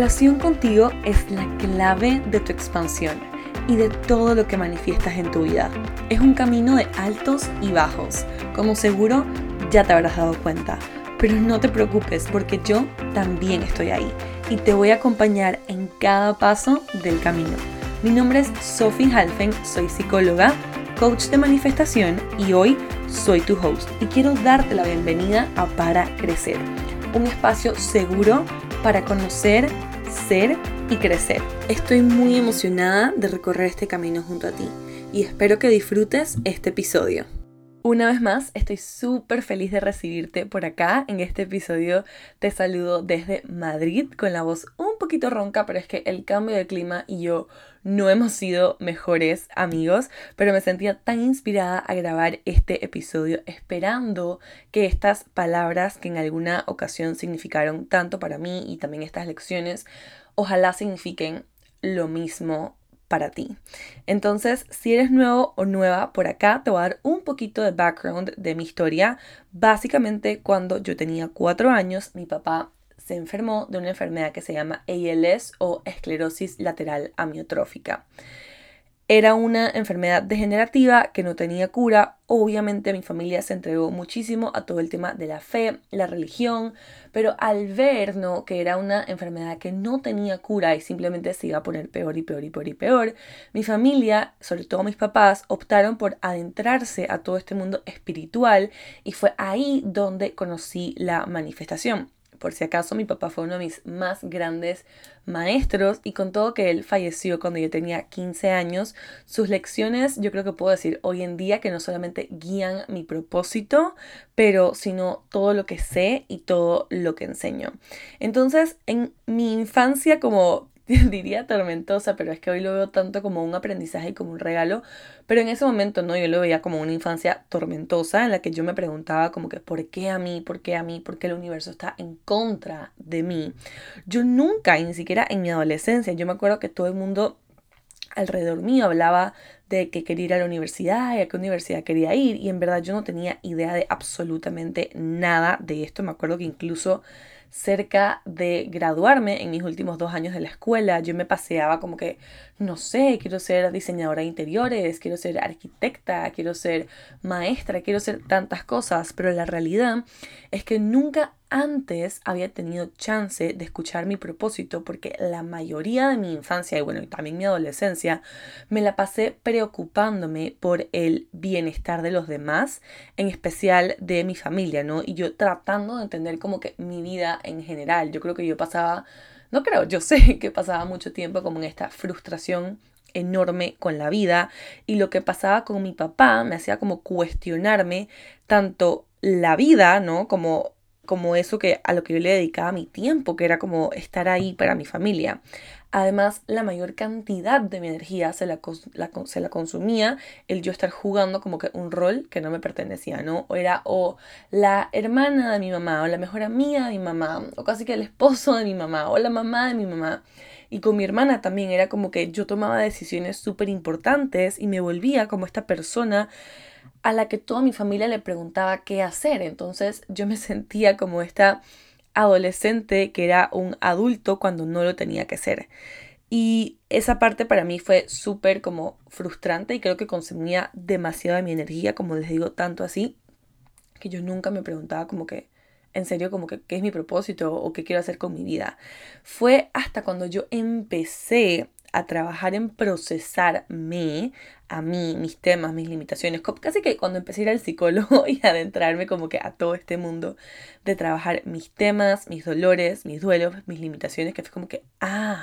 pasión contigo es la clave de tu expansión y de todo lo que manifiestas en tu vida. Es un camino de altos y bajos, como seguro ya te habrás dado cuenta. Pero no te preocupes porque yo también estoy ahí y te voy a acompañar en cada paso del camino. Mi nombre es Sophie Halfen, soy psicóloga, coach de manifestación y hoy soy tu host y quiero darte la bienvenida a Para Crecer, un espacio seguro para conocer, ser y crecer. Estoy muy emocionada de recorrer este camino junto a ti y espero que disfrutes este episodio. Una vez más, estoy súper feliz de recibirte por acá. En este episodio te saludo desde Madrid con la voz un poquito ronca, pero es que el cambio de clima y yo no hemos sido mejores amigos, pero me sentía tan inspirada a grabar este episodio esperando que estas palabras que en alguna ocasión significaron tanto para mí y también estas lecciones, ojalá signifiquen lo mismo para ti. Entonces, si eres nuevo o nueva por acá, te voy a dar un poquito de background de mi historia. Básicamente, cuando yo tenía 4 años, mi papá se enfermó de una enfermedad que se llama ALS o esclerosis lateral amiotrófica. Era una enfermedad degenerativa que no tenía cura. Obviamente mi familia se entregó muchísimo a todo el tema de la fe, la religión, pero al ver, ¿no?, que era una enfermedad que no tenía cura y simplemente se iba a poner peor y peor y peor y peor, mi familia, sobre todo mis papás, optaron por adentrarse a todo este mundo espiritual y fue ahí donde conocí la manifestación. Por si acaso, mi papá fue uno de mis más grandes maestros y con todo que él falleció cuando yo tenía 15 años, sus lecciones yo creo que puedo decir hoy en día que no solamente guían mi propósito, pero sino todo lo que sé y todo lo que enseño. Entonces, en mi infancia como diría tormentosa, pero es que hoy lo veo tanto como un aprendizaje y como un regalo, pero en ese momento no, yo lo veía como una infancia tormentosa en la que yo me preguntaba como que ¿por qué a mí? ¿Por qué a mí? ¿Por qué el universo está en contra de mí? Yo nunca, y ni siquiera en mi adolescencia, yo me acuerdo que todo el mundo alrededor mío hablaba de que quería ir a la universidad y a qué universidad quería ir y en verdad yo no tenía idea de absolutamente nada de esto. Me acuerdo que incluso cerca de graduarme en mis últimos 2 años de la escuela, yo me paseaba como que, no sé, quiero ser diseñadora de interiores, quiero ser arquitecta, quiero ser maestra, quiero ser tantas cosas, pero la realidad es que nunca antes había tenido chance de escuchar mi propósito porque la mayoría de mi infancia y bueno, y también mi adolescencia me la pasé preocupándome por el bienestar de los demás, en especial de mi familia, ¿no? Y yo tratando de entender como que mi vida en general. Yo creo que yo sé que pasaba mucho tiempo como en esta frustración enorme con la vida y lo que pasaba con mi papá me hacía como cuestionarme tanto la vida, ¿no? Como eso que a lo que yo le dedicaba mi tiempo, que era como estar ahí para mi familia. Además, la mayor cantidad de mi energía se la consumía el yo estar jugando como que un rol que no me pertenecía, ¿no? O era la hermana de mi mamá, o la mejor amiga de mi mamá, o casi que el esposo de mi mamá, o la mamá de mi mamá. Y con mi hermana también era como que yo tomaba decisiones súper importantes y me volvía como esta persona a la que toda mi familia le preguntaba qué hacer. Entonces yo me sentía como esta adolescente que era un adulto cuando no lo tenía que ser. Y esa parte para mí fue súper como frustrante y creo que consumía demasiado de mi energía, como les digo, tanto así, que yo nunca me preguntaba como que, en serio, como que qué es mi propósito o qué quiero hacer con mi vida. Fue hasta cuando yo empecé a trabajar en procesarme a mí, mis temas, mis limitaciones, casi que cuando empecé a ir al psicólogo y adentrarme como que a todo este mundo de trabajar mis temas, mis dolores, mis duelos, mis limitaciones, que fue como que,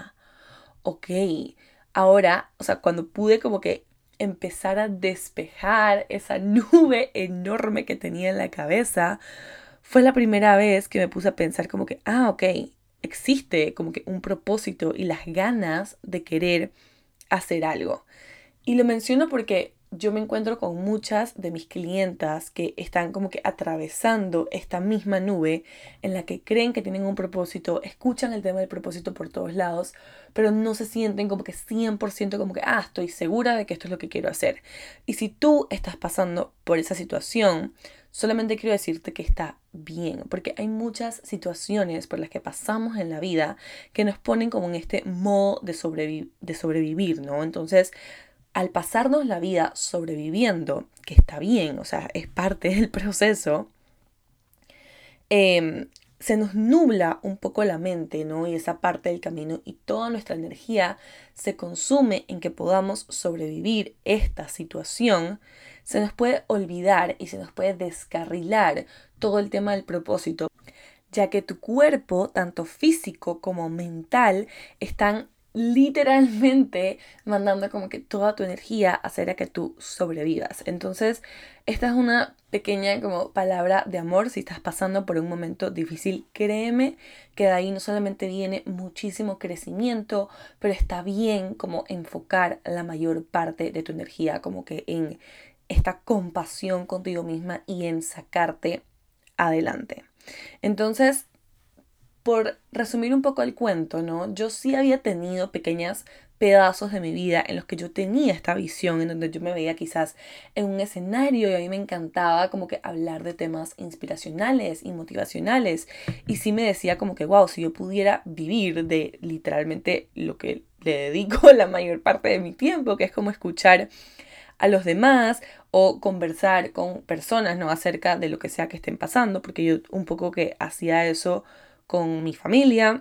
ok, ahora, o sea, cuando pude como que empezar a despejar esa nube enorme que tenía en la cabeza, fue la primera vez que me puse a pensar como que, ok, existe como que un propósito y las ganas de querer hacer algo. Y lo menciono porque yo me encuentro con muchas de mis clientas que están como que atravesando esta misma nube en la que creen que tienen un propósito, escuchan el tema del propósito por todos lados, pero no se sienten como que 100% como que, estoy segura de que esto es lo que quiero hacer. Y si tú estás pasando por esa situación, solamente quiero decirte que está bien, porque hay muchas situaciones por las que pasamos en la vida que nos ponen como en este modo de sobrevivir, ¿no? Entonces, al pasarnos la vida sobreviviendo, que está bien, o sea, es parte del proceso, eh, se nos nubla un poco la mente, ¿no? Y esa parte del camino y toda nuestra energía se consume en que podamos sobrevivir esta situación. Se nos puede olvidar y se nos puede descarrilar todo el tema del propósito, ya que tu cuerpo, tanto físico como mental, están literalmente mandando como que toda tu energía a hacer a que tú sobrevivas. Entonces, esta es una pequeña como palabra de amor si estás pasando por un momento difícil. Créeme que de ahí no solamente viene muchísimo crecimiento, pero está bien como enfocar la mayor parte de tu energía como que en esta compasión contigo misma y en sacarte adelante. Entonces, por resumir un poco el cuento, ¿no? Yo sí había tenido pequeños pedazos de mi vida en los que yo tenía esta visión, en donde yo me veía quizás en un escenario y a mí me encantaba como que hablar de temas inspiracionales y motivacionales. Y sí me decía como que, wow, si yo pudiera vivir de literalmente lo que le dedico la mayor parte de mi tiempo, que es como escuchar a los demás o conversar con personas, ¿no? Acerca de lo que sea que estén pasando, porque yo un poco que hacía eso con mi familia.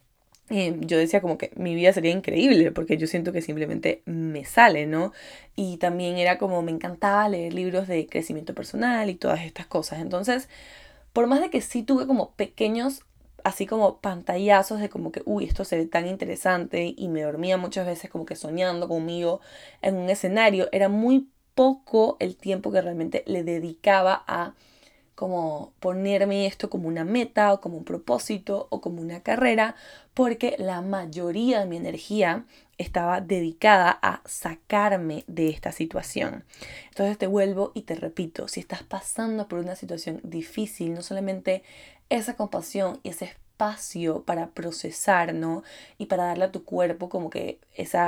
Yo decía como que mi vida sería increíble porque yo siento que simplemente me sale, ¿no? Y también era como me encantaba leer libros de crecimiento personal y todas estas cosas. Entonces, por más de que sí tuve como pequeños, así como pantallazos de como que, uy, esto se ve tan interesante y me dormía muchas veces como que soñando conmigo en un escenario, era muy poco el tiempo que realmente le dedicaba a como ponerme esto como una meta o como un propósito o como una carrera, porque la mayoría de mi energía estaba dedicada a sacarme de esta situación. Entonces te vuelvo y te repito, si estás pasando por una situación difícil, no solamente esa compasión y ese espacio para procesar, ¿no? Y para darle a tu cuerpo como que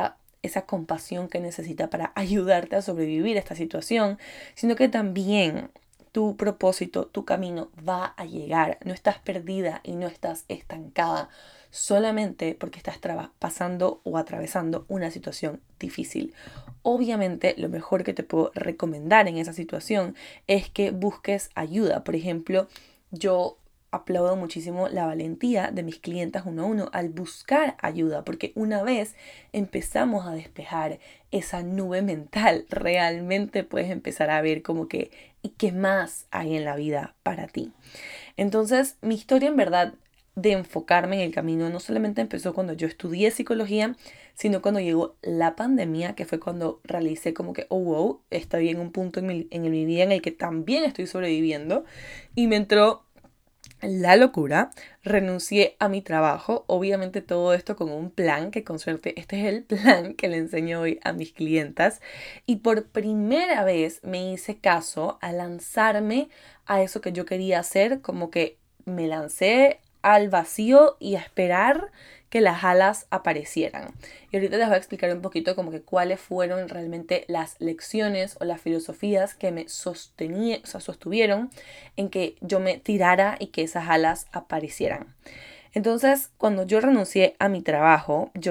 esa compasión que necesita para ayudarte a sobrevivir a esta situación, sino que también tu propósito, tu camino va a llegar. No estás perdida y no estás estancada solamente porque estás pasando o atravesando una situación difícil. Obviamente, lo mejor que te puedo recomendar en esa situación es que busques ayuda. Por ejemplo, yo aplaudo muchísimo la valentía de mis clientas uno a uno al buscar ayuda, porque una vez empezamos a despejar esa nube mental, realmente puedes empezar a ver como que y qué más hay en la vida para ti. Entonces, mi historia en verdad de enfocarme en el camino no solamente empezó cuando yo estudié psicología, sino cuando llegó la pandemia, que fue cuando realicé como que, oh, wow, estoy en un punto en mi vida en el que también estoy sobreviviendo y me entró la locura, renuncié a mi trabajo, obviamente todo esto con un plan, que con suerte este es el plan que le enseño hoy a mis clientas, y por primera vez me hice caso a lanzarme a eso que yo quería hacer, como que me lancé al vacío y a esperar que las alas aparecieran. Y ahorita les voy a explicar un poquito como que cuáles fueron realmente las lecciones o las filosofías que me sostuvieron en que yo me tirara y que esas alas aparecieran. Entonces, cuando yo renuncié a mi trabajo, yo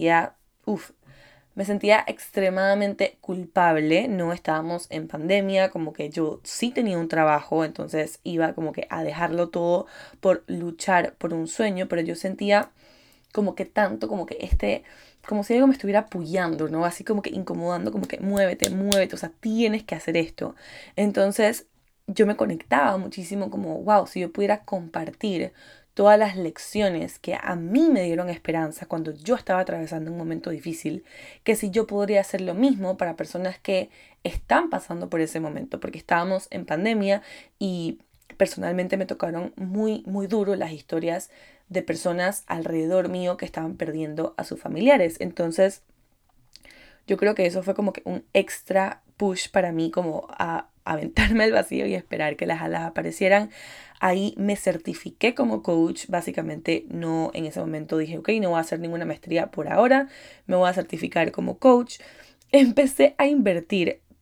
me sentía extremadamente culpable. No estábamos en pandemia, como que yo sí tenía un trabajo, entonces iba como que a dejarlo todo por luchar por un sueño, pero yo sentía como que tanto, como que como si algo me estuviera apoyando, ¿no? Así como que incomodando, como que muévete, muévete, o sea, tienes que hacer esto. Entonces yo me conectaba muchísimo como, wow, si yo pudiera compartir todas las lecciones que a mí me dieron esperanza cuando yo estaba atravesando un momento difícil, que si yo podría hacer lo mismo para personas que están pasando por ese momento, porque estábamos en pandemia y personalmente me tocaron muy, muy duro las historias de personas alrededor mío que estaban perdiendo a sus familiares. Entonces, yo creo que eso fue como que un extra push para mí, como a aventarme al vacío y esperar que las alas aparecieran. Ahí me certifiqué como coach. Básicamente, no en ese momento dije, ok, no voy a hacer ninguna maestría por ahora, me voy a certificar como coach. Empecé a invertir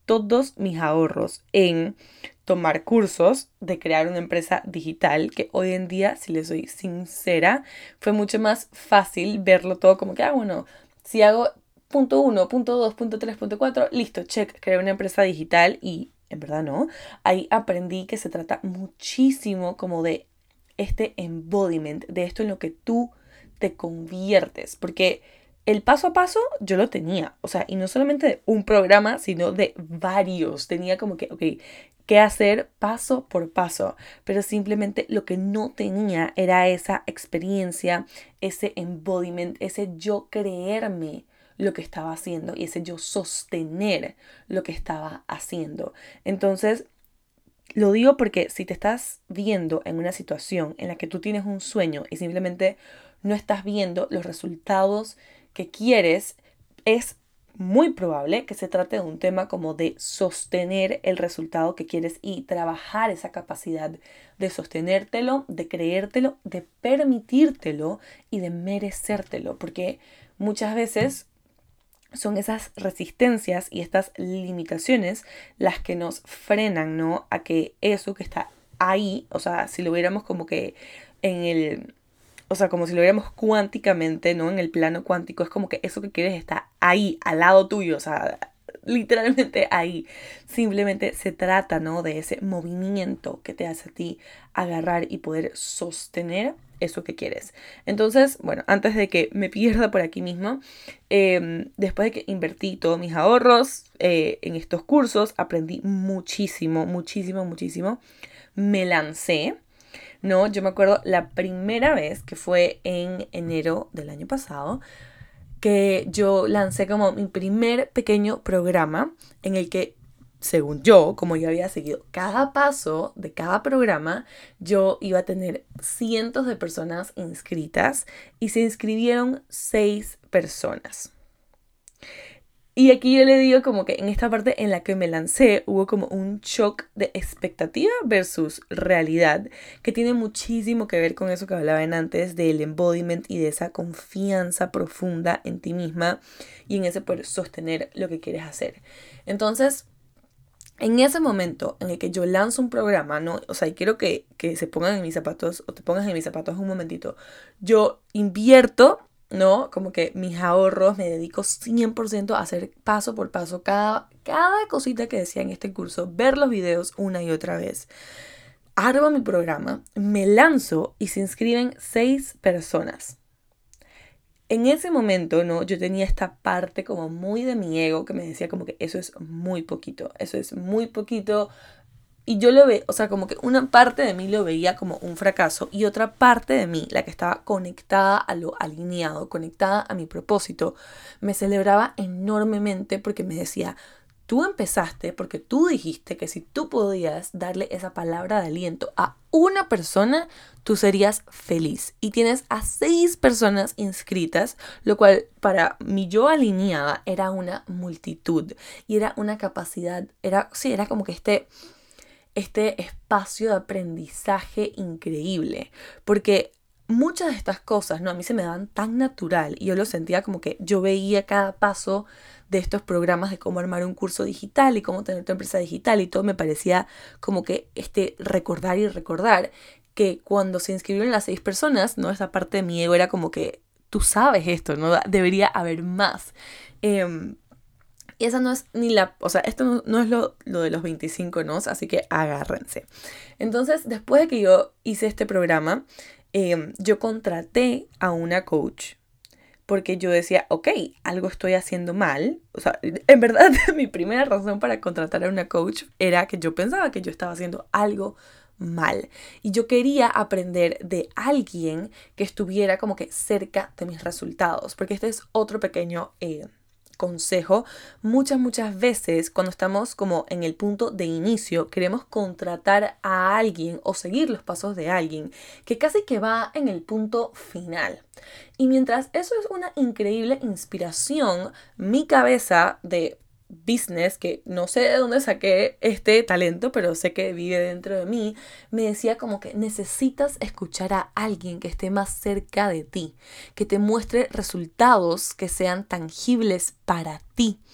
todos mis ahorros en tomar cursos de crear una empresa digital, que hoy en día, si les soy sincera, fue mucho más fácil verlo todo como que, bueno, si hago punto 1, punto 2, punto 3, punto 4, listo, check, creé una empresa digital y en verdad no. Ahí aprendí que se trata muchísimo como de este embodiment, de esto en lo que tú te conviertes, porque el paso a paso yo lo tenía, o sea, y no solamente de un programa, sino de varios. Tenía como que, ok, qué hacer paso por paso, pero simplemente lo que no tenía era esa experiencia, ese embodiment, ese yo creerme lo que estaba haciendo y ese yo sostener lo que estaba haciendo. Entonces, lo digo porque si te estás viendo en una situación en la que tú tienes un sueño y simplemente no estás viendo los resultados que quieres, es muy probable que se trate de un tema como de sostener el resultado que quieres y trabajar esa capacidad de sostenértelo, de creértelo, de permitírtelo y de merecértelo. Porque muchas veces son esas resistencias y estas limitaciones las que nos frenan, ¿no? A que eso que está ahí, o sea, si lo viéramos como que en el, o sea, como si lo viéramos cuánticamente, ¿no? En el plano cuántico, es como que eso que quieres está ahí, al lado tuyo, o sea, literalmente ahí. Simplemente se trata, ¿no? De ese movimiento que te hace a ti agarrar y poder sostener eso que quieres. Entonces, bueno, antes de que me pierda por aquí mismo, después de que invertí todos mis ahorros en estos cursos, aprendí muchísimo, muchísimo, muchísimo. Me lancé, ¿no? Yo me acuerdo la primera vez que fue en enero del año pasado, que yo lancé como mi primer pequeño programa en el que, según yo, como yo había seguido cada paso de cada programa, yo iba a tener cientos de personas inscritas y se inscribieron 6 personas. Y aquí yo le digo como que en esta parte en la que me lancé hubo como un shock de expectativa versus realidad, que tiene muchísimo que ver con eso que hablaba antes del embodiment y de esa confianza profunda en ti misma y en ese poder sostener lo que quieres hacer. Entonces, en ese momento en el que yo lanzo un programa, ¿no? O sea, y quiero que se pongan en mis zapatos o te pongas en mis zapatos un momentito. Yo invierto, ¿no? Como que mis ahorros, me dedico 100% a hacer paso por paso cada cosita que decía en este curso, ver los videos una y otra vez. Armo mi programa, me lanzo y se inscriben 6 personas. En ese momento, ¿no? Yo tenía esta parte como muy de mi ego que me decía como que eso es muy poquito, eso es muy poquito. Y yo lo veo, o sea, como que una parte de mí lo veía como un fracaso y otra parte de mí, la que estaba conectada a lo alineado, conectada a mi propósito, me celebraba enormemente porque me decía, tú empezaste porque tú dijiste que si tú podías darle esa palabra de aliento a una persona, tú serías feliz. Y tienes a 6 personas inscritas, lo cual para mi yo alineada era una multitud y era una capacidad, era como que este espacio de aprendizaje increíble, porque muchas de estas cosas, ¿no? A mí se me daban tan natural y yo lo sentía como que yo veía cada paso de estos programas de cómo armar un curso digital y cómo tener tu empresa digital y todo me parecía como que recordar y recordar que cuando se inscribieron las 6 personas, ¿no? Esa parte de mi ego era como que tú sabes esto, ¿no? Debería haber más. Y esa no es ni la, o sea, esto no es lo de los 25, ¿no? Así que agárrense. Entonces, después de que yo hice este programa, yo contraté a una coach porque yo decía, ok, algo estoy haciendo mal. O sea, en verdad, mi primera razón para contratar a una coach era que yo pensaba que yo estaba haciendo algo mal. Y yo quería aprender de alguien que estuviera como que cerca de mis resultados. Porque este es otro pequeño consejo. Muchas veces cuando estamos como en el punto de inicio queremos contratar a alguien o seguir los pasos de alguien que casi que va en el punto final. Y mientras eso es una increíble inspiración, mi cabeza de business, que no sé de dónde saqué este talento, pero sé que vive dentro de mí, me decía como que necesitas escuchar a alguien que esté más cerca de ti, que te muestre resultados que sean tangibles para ti.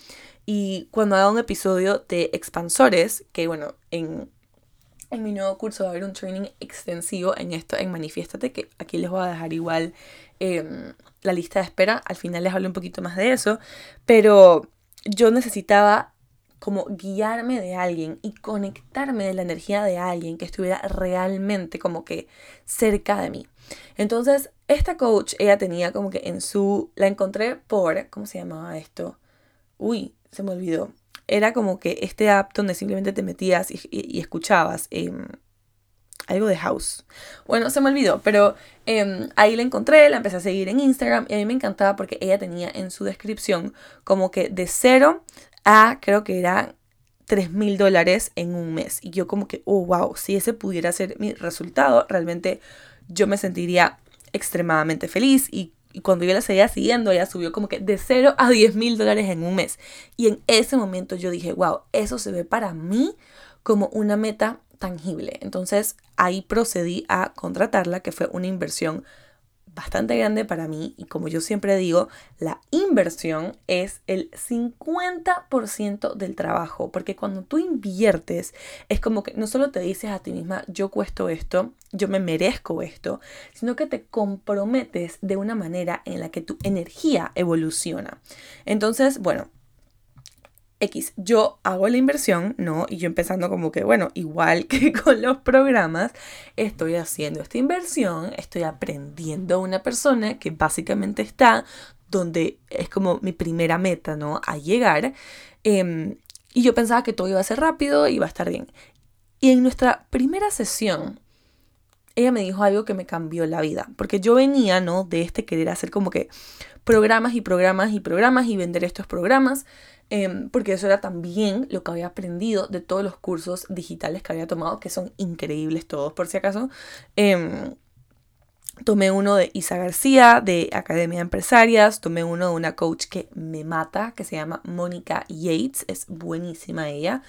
Y cuando haga un episodio de expansores, que bueno, en mi nuevo curso va a haber un training extensivo en esto, en Manifiéstate, que aquí les voy a dejar igual la lista de espera. Al final les hablo un poquito más de eso, pero yo necesitaba como guiarme de alguien y conectarme de la energía de alguien que estuviera realmente como que cerca de mí. Entonces, esta coach, ella tenía como que la encontré por, ¿cómo se llamaba esto? Uy, se me olvidó. Era como que este app donde simplemente te metías y escuchabas algo de house. Bueno, se me olvidó, pero ahí la encontré, la empecé a seguir en Instagram y a mí me encantaba porque ella tenía en su descripción como que de 0 a, creo que era $3,000 en un mes. Y yo como que, oh, wow, si ese pudiera ser mi resultado, realmente yo me sentiría extremadamente feliz. Y cuando yo la seguía siguiendo, ella subió como que de 0 a $10,000 en un mes. Y en ese momento yo dije, wow, eso se ve para mí como una meta tangible. Entonces ahí procedí a contratarla, que fue una inversión bastante grande para mí, y como yo siempre digo, la inversión es el 50% del trabajo, porque cuando tú inviertes es como que no solo te dices a ti misma, yo cuesto esto, yo me merezco esto, sino que te comprometes de una manera en la que tu energía evoluciona. Entonces, bueno, yo hago la inversión, ¿no? Y yo empezando como que, bueno, igual que con los programas, estoy haciendo esta inversión, estoy aprendiendo a una persona que básicamente está donde es como mi primera meta, ¿no? A llegar. Y yo pensaba que todo iba a ser rápido y iba a estar bien. Y en nuestra primera sesión, ella me dijo algo que me cambió la vida, porque yo venía, ¿no? De querer hacer como que programas y programas y programas y vender estos programas, porque eso era también lo que había aprendido de todos los cursos digitales que había tomado, que son increíbles todos, por si acaso. Tomé uno de Isa García, de Academia de Empresarias. Tomé uno de una coach que me mata, que se llama Mónica Yates. Es buenísima ella.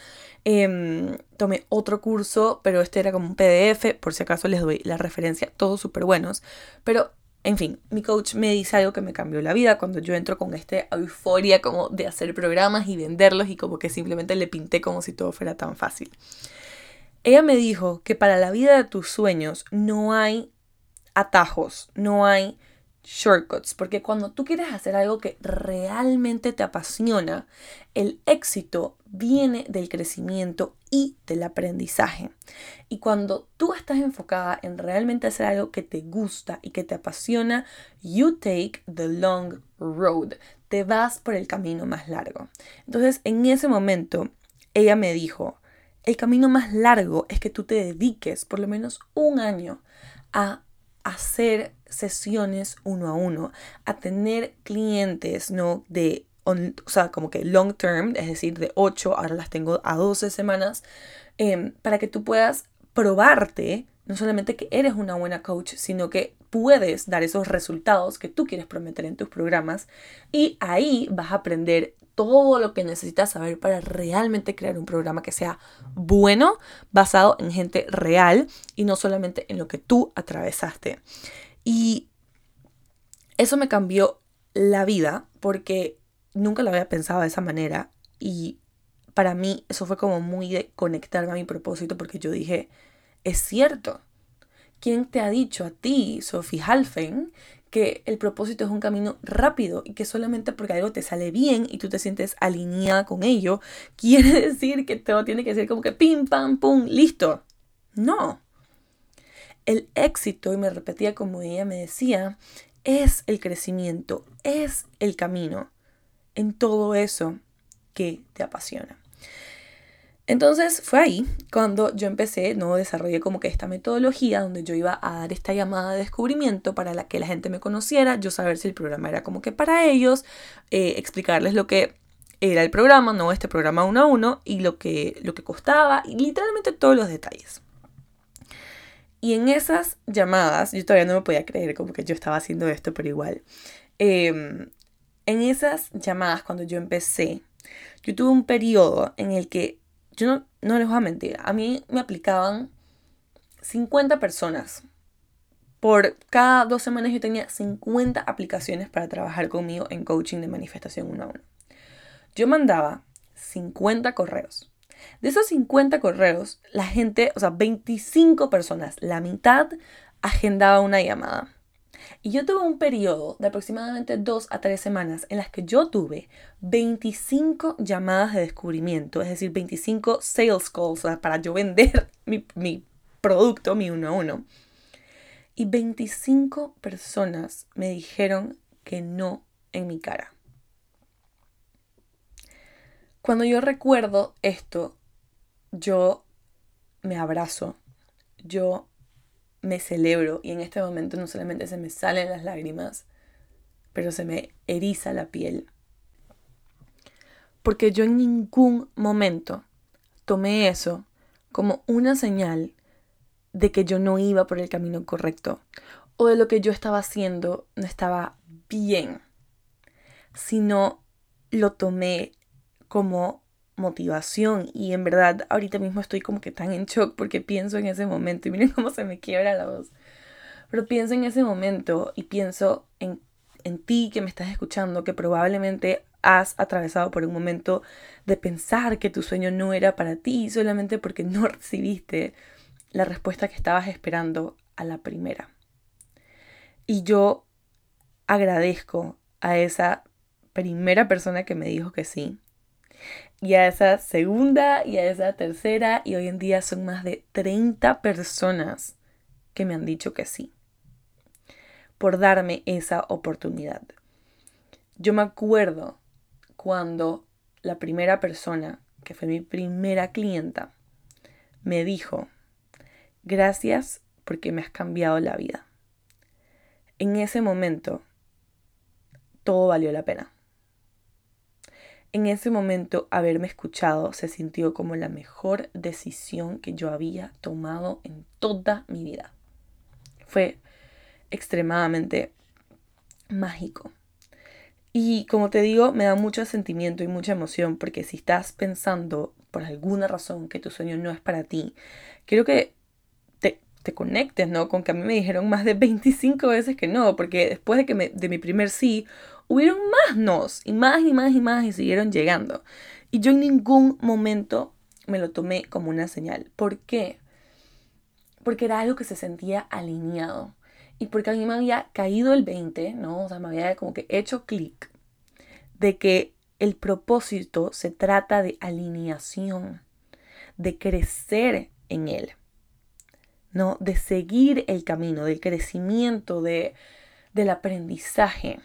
Tomé otro curso, pero este era como un PDF. Por si acaso les doy la referencia. Todos súper buenos. Pero, en fin, mi coach me dice algo que me cambió la vida cuando yo entro con esta euforia como de hacer programas y venderlos, y como que simplemente le pinté como si todo fuera tan fácil. Ella me dijo que para la vida de tus sueños no hay atajos, no hay shortcuts, porque cuando tú quieres hacer algo que realmente te apasiona, el éxito viene del crecimiento y del aprendizaje. Y cuando tú estás enfocada en realmente hacer algo que te gusta y que te apasiona, you take the long road, te vas por el camino más largo. Entonces, en ese momento, ella me dijo, el camino más largo es que tú te dediques por lo menos un año a hacer sesiones uno a uno, a tener clientes, ¿no? O sea, como que long term, es decir, de 8, ahora las tengo a 12 semanas, para que tú puedas probarte, no solamente que eres una buena coach, sino que puedes dar esos resultados que tú quieres prometer en tus programas, y ahí vas a aprender todo lo que necesitas saber para realmente crear un programa que sea bueno, basado en gente real y no solamente en lo que tú atravesaste. Y eso me cambió la vida porque nunca lo había pensado de esa manera, y para mí eso fue como muy de conectarme a mi propósito, porque yo dije, es cierto. ¿Quién te ha dicho a ti, Sophie Halfen, que el propósito es un camino rápido y que solamente porque algo te sale bien y tú te sientes alineada con ello, quiere decir que todo tiene que ser como que pim, pam, pum, listo? No. El éxito, y me repetía como ella me decía, es el crecimiento, es el camino en todo eso que te apasiona. Entonces fue ahí cuando yo empecé, ¿no? Desarrollé como que esta metodología donde yo iba a dar esta llamada de descubrimiento para que la gente me conociera, yo saber si el programa era como que para ellos, explicarles lo que era el programa, ¿no? Este programa 1 a 1, y lo que costaba, y literalmente todos los detalles. Y en esas llamadas, yo todavía no me podía creer como que yo estaba haciendo esto, pero igual. En esas llamadas, cuando yo empecé, yo tuve un periodo en el que yo no les voy a mentir, a mí me aplicaban 50 personas. Por cada 2 semanas yo tenía 50 aplicaciones para trabajar conmigo en coaching de manifestación 1 a 1. Yo mandaba 50 correos. De esos 50 correos, la gente, 25 personas, la mitad, agendaba una llamada. Y yo tuve un periodo de aproximadamente 2 a 3 semanas en las que yo tuve 25 llamadas de descubrimiento, es decir, 25 sales calls, para yo vender mi producto, mi 1 a 1. Y 25 personas me dijeron que no en mi cara. Cuando yo recuerdo esto, yo me abrazo, yo me celebro y en este momento no solamente se me salen las lágrimas, pero se me eriza la piel. Porque yo en ningún momento tomé eso como una señal de que yo no iba por el camino correcto o de lo que yo estaba haciendo no estaba bien, sino lo tomé como motivación. Y en verdad ahorita mismo estoy como que tan en shock porque pienso en ese momento y miren cómo se me quiebra la voz, pero pienso en ese momento y pienso en ti que me estás escuchando, que probablemente has atravesado por un momento de pensar que tu sueño no era para ti solamente porque no recibiste la respuesta que estabas esperando a la primera. Y yo agradezco a esa primera persona que me dijo que sí, y a esa segunda y a esa tercera, y hoy en día son más de 30 personas que me han dicho que sí, por darme esa oportunidad. Yo me acuerdo cuando la primera persona, que fue mi primera clienta, me dijo: gracias porque me has cambiado la vida. En ese momento, todo valió la pena. En ese momento, haberme escuchado se sintió como la mejor decisión que yo había tomado en toda mi vida. Fue extremadamente mágico. Y como te digo, me da mucho sentimiento y mucha emoción porque si estás pensando por alguna razón que tu sueño no es para ti, quiero que te conectes, ¿no? Con que a mí me dijeron más de 25 veces que no, porque después de mi primer sí, hubieron más nos, y más y más y más, y siguieron llegando. Y yo en ningún momento me lo tomé como una señal. ¿Por qué? Porque era algo que se sentía alineado. Y porque a mí me había caído el 20, ¿no? Me había como que hecho clic de que el propósito se trata de alineación, de crecer en él, ¿no? De seguir el camino, del crecimiento, del aprendizaje.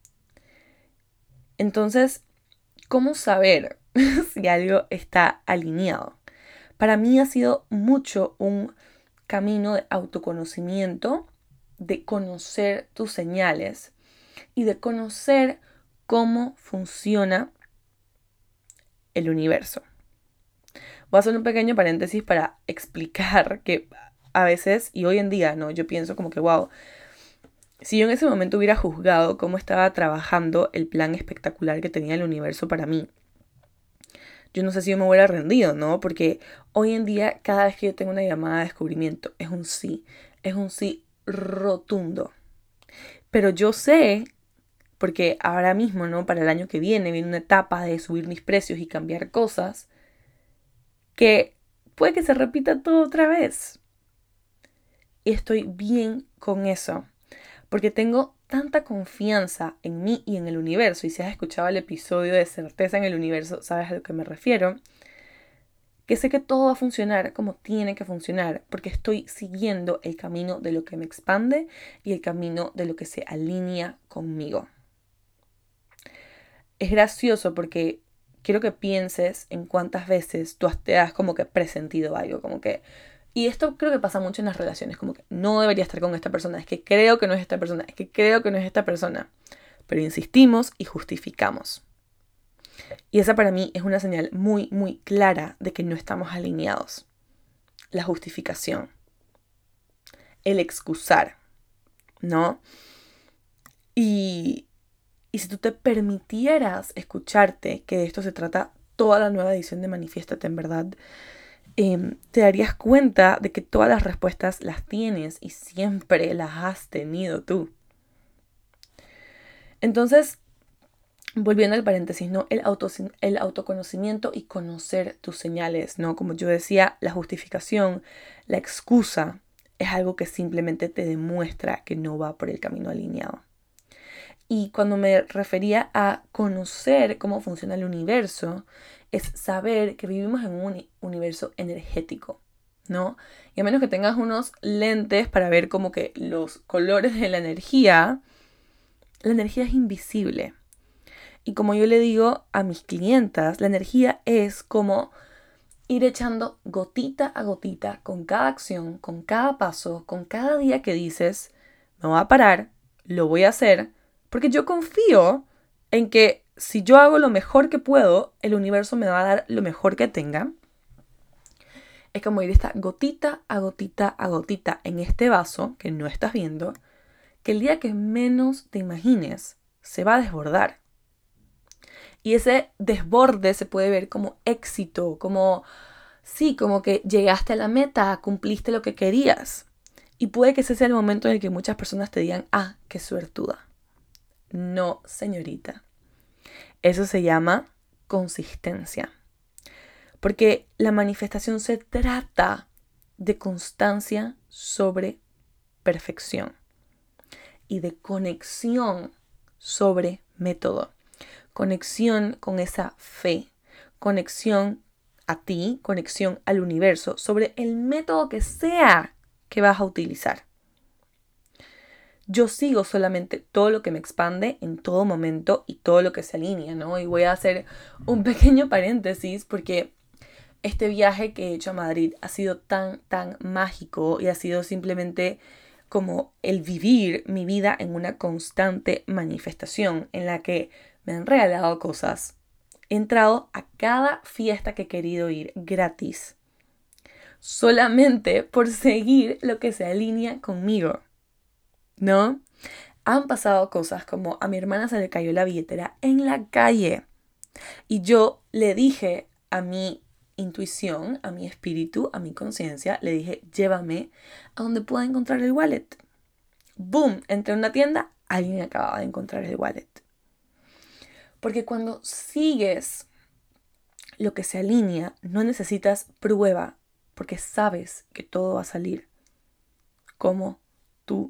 Entonces, ¿cómo saber si algo está alineado? Para mí ha sido mucho un camino de autoconocimiento, de conocer tus señales y de conocer cómo funciona el universo. Voy a hacer un pequeño paréntesis para explicar que a veces, y hoy en día, ¿no? Yo pienso como que, wow, si yo en ese momento hubiera juzgado cómo estaba trabajando el plan espectacular que tenía el universo para mí, yo no sé si yo me hubiera rendido, ¿no? Porque hoy en día, cada vez que yo tengo una llamada de descubrimiento, es un sí rotundo. Pero yo sé, porque ahora mismo, ¿no? Para el año que viene una etapa de subir mis precios y cambiar cosas, que puede que se repita todo otra vez. Y estoy bien con eso, porque tengo tanta confianza en mí y en el universo, y si has escuchado el episodio de Certeza en el Universo, sabes a lo que me refiero, que sé que todo va a funcionar como tiene que funcionar, porque estoy siguiendo el camino de lo que me expande y el camino de lo que se alinea conmigo. Es gracioso porque quiero que pienses en cuántas veces tú te has como que presentido algo, como que... Y esto creo que pasa mucho en las relaciones, como que no debería estar con esta persona, es que creo que no es esta persona, es que creo que no es esta persona. Pero insistimos y justificamos. Y esa para mí es una señal muy, muy clara de que no estamos alineados. La justificación. El excusar, ¿no? Y si tú te permitieras escucharte, que de esto se trata toda la nueva edición de Manifiéstate en verdad, te darías cuenta de que todas las respuestas las tienes y siempre las has tenido tú. Entonces, volviendo al paréntesis, ¿no? El autoconocimiento y conocer tus señales, ¿no? Como yo decía, la justificación, la excusa es algo que simplemente te demuestra que no va por el camino alineado. Y cuando me refería a conocer cómo funciona el universo, es saber que vivimos en un universo energético, ¿no? Y a menos que tengas unos lentes para ver como que los colores de la energía es invisible. Y como yo le digo a mis clientas, la energía es como ir echando gotita a gotita con cada acción, con cada paso, con cada día que dices, me voy a parar, lo voy a hacer, porque yo confío en que si yo hago lo mejor que puedo, el universo me va a dar lo mejor que tenga. Es como ir esta gotita a gotita a gotita en este vaso que no estás viendo, que el día que menos te imagines se va a desbordar. Y ese desborde se puede ver como éxito, como, sí, como que llegaste a la meta, cumpliste lo que querías. Y puede que ese sea el momento en el que muchas personas te digan, ah, qué suertuda. No, señorita. Eso se llama consistencia. Porque la manifestación se trata de constancia sobre perfección y de conexión sobre método. Conexión con esa fe, conexión a ti, conexión al universo, sobre el método que sea que vas a utilizar. Yo sigo solamente todo lo que me expande en todo momento y todo lo que se alinea, ¿no? Y voy a hacer un pequeño paréntesis porque este viaje que he hecho a Madrid ha sido tan mágico y ha sido simplemente como el vivir mi vida en una constante manifestación en la que me han regalado cosas. He entrado a cada fiesta que he querido ir gratis, solamente por seguir lo que se alinea conmigo, ¿no? Han pasado cosas como a mi hermana se le cayó la billetera en la calle y yo le dije a mi intuición, a mi espíritu, a mi conciencia, le dije, llévame a donde pueda encontrar el wallet. ¡Boom! Entré en una tienda, alguien acababa de encontrar el wallet. Porque cuando sigues lo que se alinea, no necesitas prueba, porque sabes que todo va a salir como tú,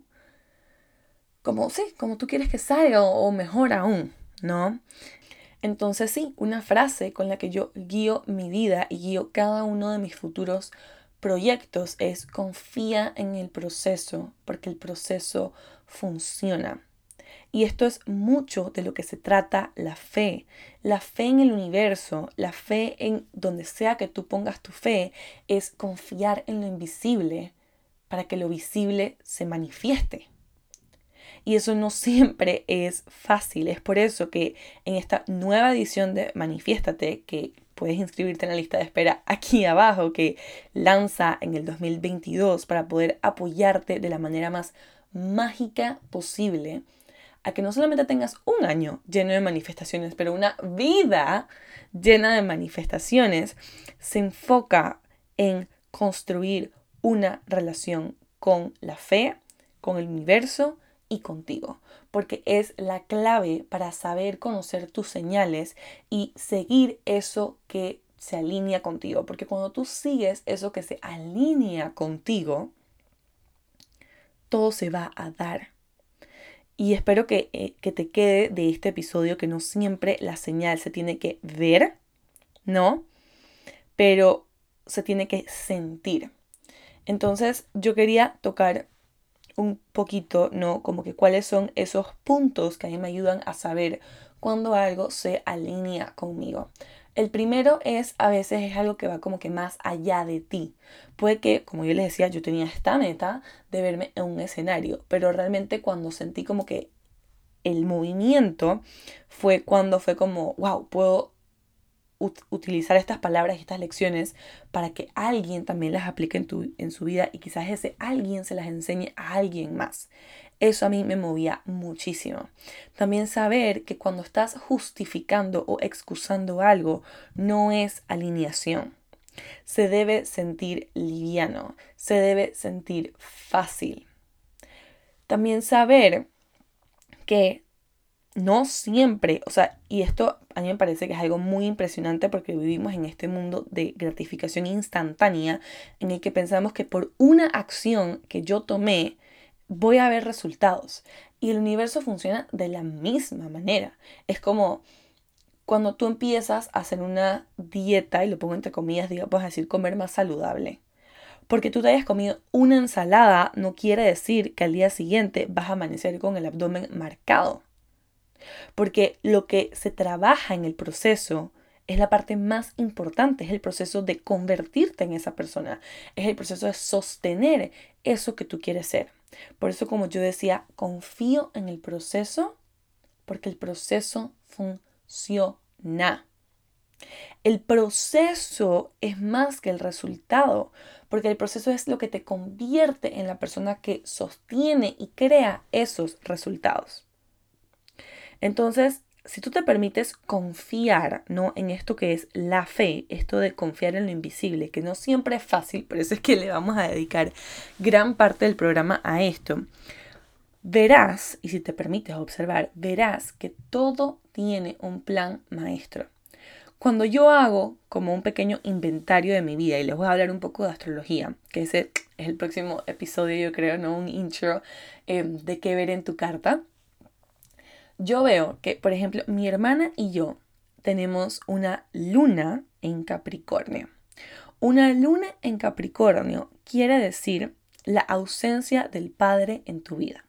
como tú quieres que salga o mejor aún, ¿no? Entonces sí, una frase con la que yo guío mi vida y guío cada uno de mis futuros proyectos es confía en el proceso, porque el proceso funciona. Y esto es mucho de lo que se trata la fe. La fe en el universo, la fe en donde sea que tú pongas tu fe, es confiar en lo invisible para que lo visible se manifieste. Y eso no siempre es fácil. Es por eso que en esta nueva edición de Manifiéstate, que puedes inscribirte en la lista de espera aquí abajo, que lanza en el 2022 para poder apoyarte de la manera más mágica posible, a que no solamente tengas un año lleno de manifestaciones, pero una vida llena de manifestaciones, se enfoca en construir una relación con la fe, con el universo y contigo, porque es la clave para saber conocer tus señales y seguir eso que se alinea contigo, porque cuando tú sigues eso que se alinea contigo, todo se va a dar. Y espero que te quede de este episodio que no siempre la señal se tiene que ver, ¿no? Pero se tiene que sentir. Entonces yo quería tocar un poquito, ¿no? Como que cuáles son esos puntos que a mí me ayudan a saber cuando algo se alinea conmigo. El primero es, a veces es algo que va como que más allá de ti. Puede que, como yo les decía, yo tenía esta meta de verme en un escenario, pero realmente cuando sentí como que el movimiento fue cuando fue como, wow, puedo utilizar estas palabras y estas lecciones para que alguien también las aplique en su vida y quizás ese alguien se las enseñe a alguien más. Eso a mí me movía muchísimo. También saber que cuando estás justificando o excusando algo no es alineación. Se debe sentir liviano, se debe sentir fácil. También saber que no siempre, o sea, y esto a mí me parece que es algo muy impresionante porque vivimos en este mundo de gratificación instantánea en el que pensamos que por una acción que yo tomé voy a ver resultados. Y el universo funciona de la misma manera. Es como cuando tú empiezas a hacer una dieta, y lo pongo entre comillas, digamos, a decir comer más saludable. Porque tú te hayas comido una ensalada no quiere decir que al día siguiente vas a amanecer con el abdomen marcado. Porque lo que se trabaja en el proceso es la parte más importante, es el proceso de convertirte en esa persona, es el proceso de sostener eso que tú quieres ser. Por eso, como yo decía, confío en el proceso porque el proceso funciona. El proceso es más que el resultado, porque el proceso es lo que te convierte en la persona que sostiene y crea esos resultados. Entonces, si tú te permites confiar, ¿no?, en esto que es la fe, esto de confiar en lo invisible, que no siempre es fácil, por eso es que le vamos a dedicar gran parte del programa a esto, verás, y si te permites observar, verás que todo tiene un plan maestro. Cuando yo hago como un pequeño inventario de mi vida, y les voy a hablar un poco de astrología, que ese es el próximo episodio, yo creo, ¿no?, un intro de qué ver en tu carta. Yo veo que, por ejemplo, mi hermana y yo tenemos una luna en Capricornio. Una luna en Capricornio quiere decir la ausencia del padre en tu vida.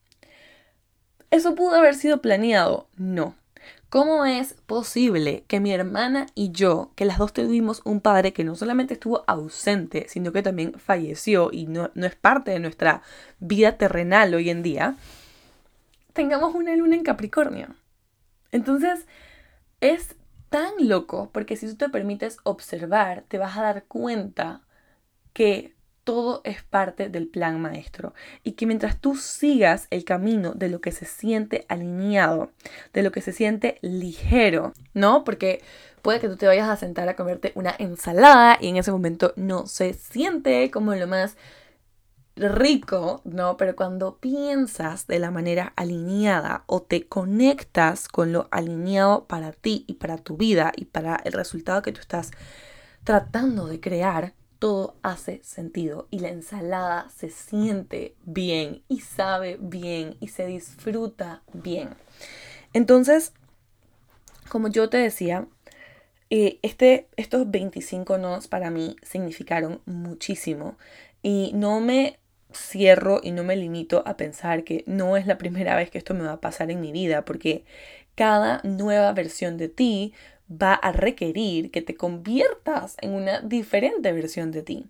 ¿Eso pudo haber sido planeado? No. ¿Cómo es posible que mi hermana y yo, que las dos tuvimos un padre que no solamente estuvo ausente, sino que también falleció y no es parte de nuestra vida terrenal hoy en día, tengamos una luna en Capricornio? Entonces, es tan loco porque si tú te permites observar, te vas a dar cuenta que todo es parte del plan maestro y que mientras tú sigas el camino de lo que se siente alineado, de lo que se siente ligero, ¿no? Porque puede que tú te vayas a sentar a comerte una ensalada y en ese momento no se siente como lo más rico, ¿no? Pero cuando piensas de la manera alineada o te conectas con lo alineado para ti y para tu vida y para el resultado que tú estás tratando de crear, todo hace sentido y la ensalada se siente bien y sabe bien y se disfruta bien. Entonces, como yo te decía, estos 25 nos para mí significaron muchísimo y no me cierro y no me limito a pensar que no es la primera vez que esto me va a pasar en mi vida, porque cada nueva versión de ti va a requerir que te conviertas en una diferente versión de ti.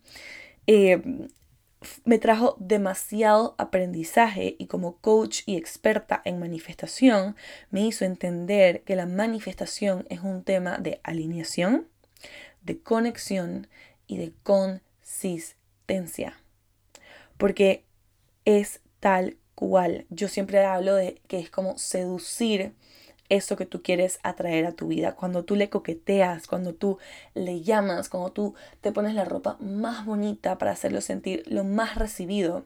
Me trajo demasiado aprendizaje y como coach y experta en manifestación me hizo entender que la manifestación es un tema de alineación, de conexión y de consistencia. Porque es tal cual. Yo siempre hablo de que es como seducir eso que tú quieres atraer a tu vida. Cuando tú le coqueteas, cuando tú le llamas, cuando tú te pones la ropa más bonita para hacerlo sentir lo más recibido,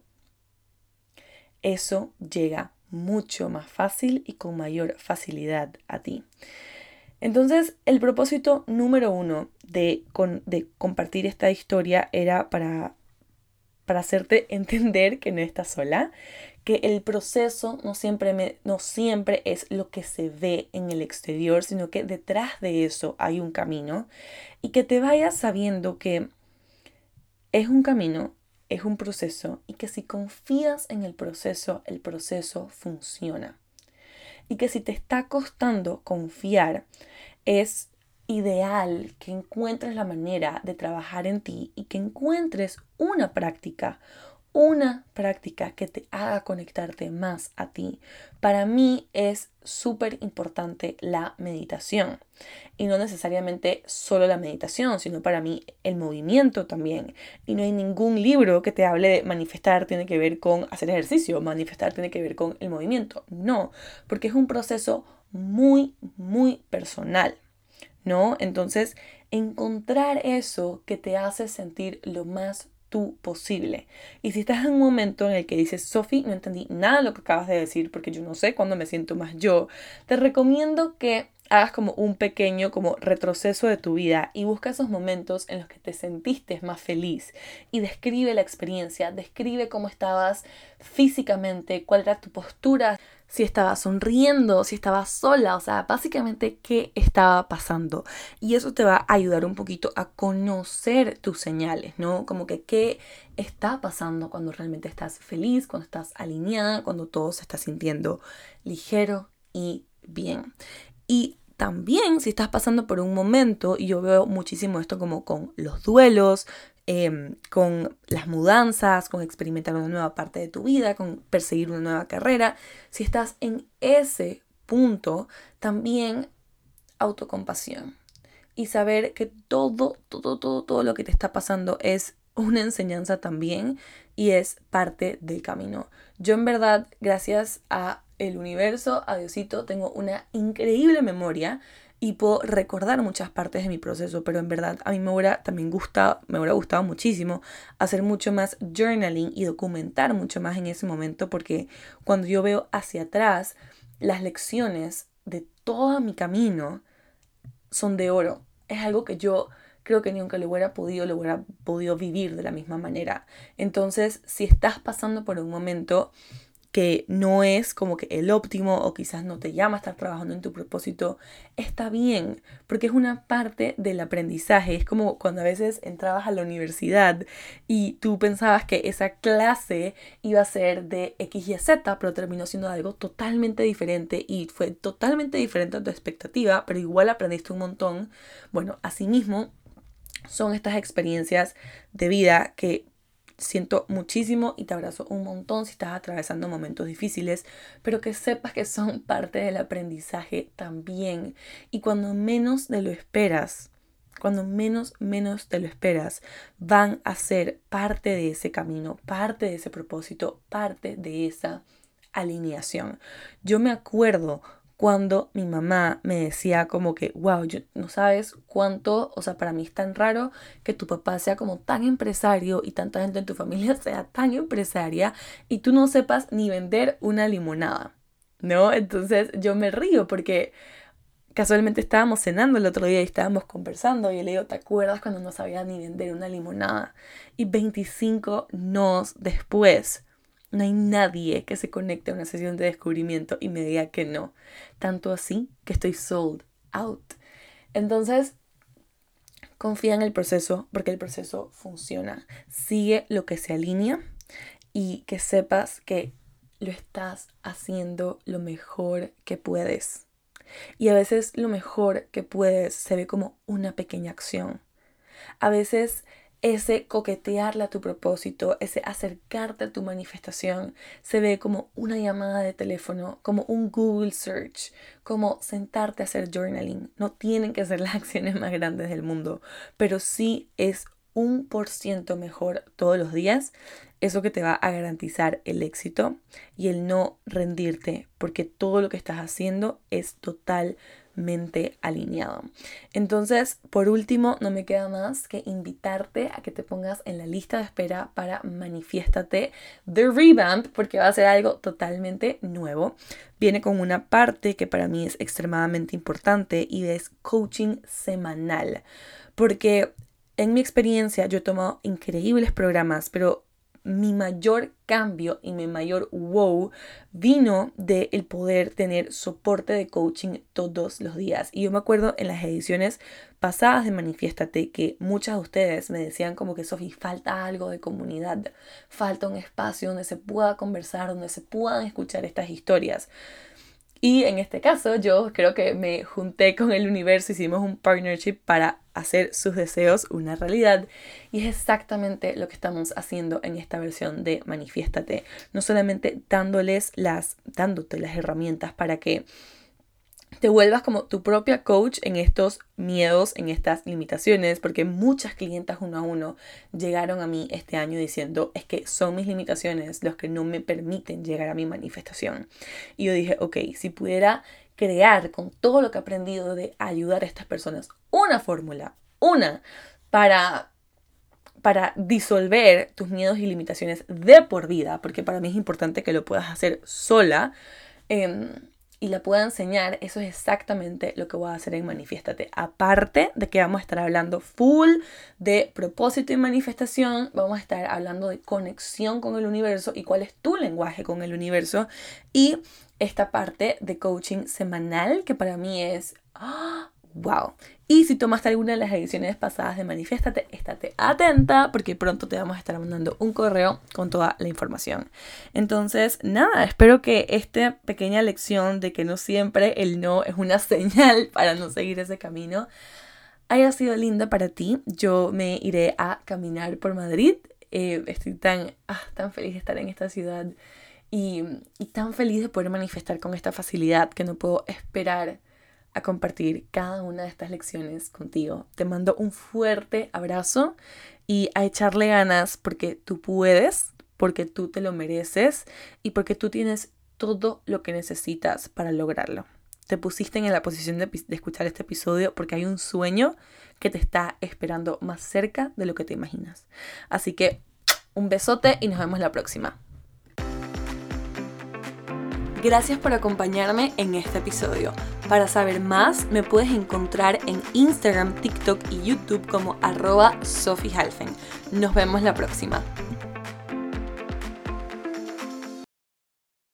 eso llega mucho más fácil y con mayor facilidad a ti. Entonces, el propósito número 1 de compartir esta historia era para hacerte entender que no estás sola, que el proceso no siempre es lo que se ve en el exterior, sino que detrás de eso hay un camino y que te vayas sabiendo que es un camino, es un proceso y que si confías en el proceso funciona. Y que si te está costando confiar, es ideal que encuentres la manera de trabajar en ti y que encuentres una práctica que te haga conectarte más a ti. Para mí es súper importante la meditación. Y no necesariamente solo la meditación, sino para mí el movimiento también. Y no hay ningún libro que te hable de manifestar tiene que ver con hacer ejercicio, manifestar tiene que ver con el movimiento. No, porque es un proceso muy, muy personal, ¿no? Entonces, encontrar eso que te hace sentir lo más tú posible. Y si estás en un momento en el que dices, Sophie, no entendí nada de lo que acabas de decir porque yo no sé cuándo me siento más yo, te recomiendo que hagas como un pequeño como retroceso de tu vida y busca esos momentos en los que te sentiste más feliz y describe la experiencia, describe cómo estabas físicamente, cuál era tu postura, si estabas sonriendo, si estabas sola, o sea, básicamente qué estaba pasando. Y eso te va a ayudar un poquito a conocer tus señales, ¿no? Como que qué está pasando cuando realmente estás feliz, cuando estás alineada, cuando todo se está sintiendo ligero y bien. Y también si estás pasando por un momento, y yo veo muchísimo esto como con los duelos, con las mudanzas, con experimentar una nueva parte de tu vida, con perseguir una nueva carrera, si estás en ese punto, también autocompasión y saber que todo lo que te está pasando es una enseñanza también y es parte del camino. Yo en verdad, gracias a el universo, a Diosito, tengo una increíble memoria y puedo recordar muchas partes de mi proceso, pero en verdad a mí me hubiera gustado muchísimo hacer mucho más journaling y documentar mucho más en ese momento, porque cuando yo veo hacia atrás, las lecciones de todo mi camino son de oro. Es algo que yo creo que nunca lo hubiera podido vivir de la misma manera. Entonces, si estás pasando por un momento que no es como que el óptimo o quizás no te llama a estar trabajando en tu propósito, está bien, porque es una parte del aprendizaje. Es como cuando a veces entrabas a la universidad y tú pensabas que esa clase iba a ser de X y Z, pero terminó siendo algo totalmente diferente y fue totalmente diferente a tu expectativa, pero igual aprendiste un montón. Bueno, asimismo, son estas experiencias de vida que siento muchísimo y te abrazo un montón si estás atravesando momentos difíciles, pero que sepas que son parte del aprendizaje también. Y cuando menos te lo esperas, cuando menos te lo esperas, van a ser parte de ese camino, parte de ese propósito, parte de esa alineación. Yo me acuerdo cuando mi mamá me decía como que, wow, no sabes cuánto, o sea, para mí es tan raro que tu papá sea como tan empresario y tanta gente en tu familia sea tan empresaria y tú no sepas ni vender una limonada, ¿no? Entonces yo me río porque casualmente estábamos cenando el otro día y estábamos conversando y le digo, ¿te acuerdas cuando no sabía ni vender una limonada? Y 25 nos después, no hay nadie que se conecte a una sesión de descubrimiento y me diga que no. Tanto así que estoy sold out. Entonces, confía en el proceso porque el proceso funciona. Sigue lo que se alinea y que sepas que lo estás haciendo lo mejor que puedes. Y a veces lo mejor que puedes se ve como una pequeña acción. A veces ese coquetearle a tu propósito, ese acercarte a tu manifestación, se ve como una llamada de teléfono, como un Google search, como sentarte a hacer journaling. No tienen que ser las acciones más grandes del mundo, pero sí es 1% mejor todos los días. Eso que te va a garantizar el éxito y el no rendirte, porque todo lo que estás haciendo es totalmente alineado. Entonces, por último, no me queda más que invitarte a que te pongas en la lista de espera para Manifiéstate The Revamp, porque va a ser algo totalmente nuevo. Viene con una parte que para mí es extremadamente importante y es coaching semanal, porque en mi experiencia yo he tomado increíbles programas, pero mi mayor cambio y mi mayor wow vino de el poder tener soporte de coaching todos los días. Y yo me acuerdo en las ediciones pasadas de Manifiéstate que muchas de ustedes me decían como que, Sophie, falta algo de comunidad, falta un espacio donde se pueda conversar, donde se puedan escuchar estas historias. Y en este caso yo creo que me junté con el universo, hicimos un partnership para hacer sus deseos una realidad. Y es exactamente lo que estamos haciendo en esta versión de Manifiéstate. No solamente dándote las herramientas para que te vuelvas como tu propia coach en estos miedos, en estas limitaciones, porque muchas clientas uno a uno llegaron a mí este año diciendo, es que son mis limitaciones los que no me permiten llegar a mi manifestación. Y yo dije, ok, si pudiera crear con todo lo que he aprendido de ayudar a estas personas una fórmula, para para disolver tus miedos y limitaciones de por vida, porque para mí es importante que lo puedas hacer sola, y la pueda enseñar. Eso es exactamente lo que voy a hacer en Manifiéstate. Aparte de que vamos a estar hablando full de propósito y manifestación, vamos a estar hablando de conexión con el universo y cuál es tu lenguaje con el universo, y esta parte de coaching semanal que para mí es wow. Y si tomaste alguna de las ediciones pasadas de Manifiéstate, estate atenta porque pronto te vamos a estar mandando un correo con toda la información. Entonces, nada, espero que esta pequeña lección de que no siempre el no es una señal para no seguir ese camino haya sido linda para ti. Yo me iré a caminar por Madrid. Estoy tan feliz de estar en esta ciudad y tan feliz de poder manifestar con esta facilidad que no puedo esperar a compartir cada una de estas lecciones contigo. Te mando un fuerte abrazo y a echarle ganas porque tú puedes, porque tú te lo mereces y porque tú tienes todo lo que necesitas para lograrlo. Te pusiste en la posición de escuchar este episodio porque hay un sueño que te está esperando más cerca de lo que te imaginas. Así que un besote y nos vemos la próxima. Gracias por acompañarme en este episodio. Para saber más, me puedes encontrar en Instagram, TikTok y YouTube como @SofiHalfen. Nos vemos la próxima.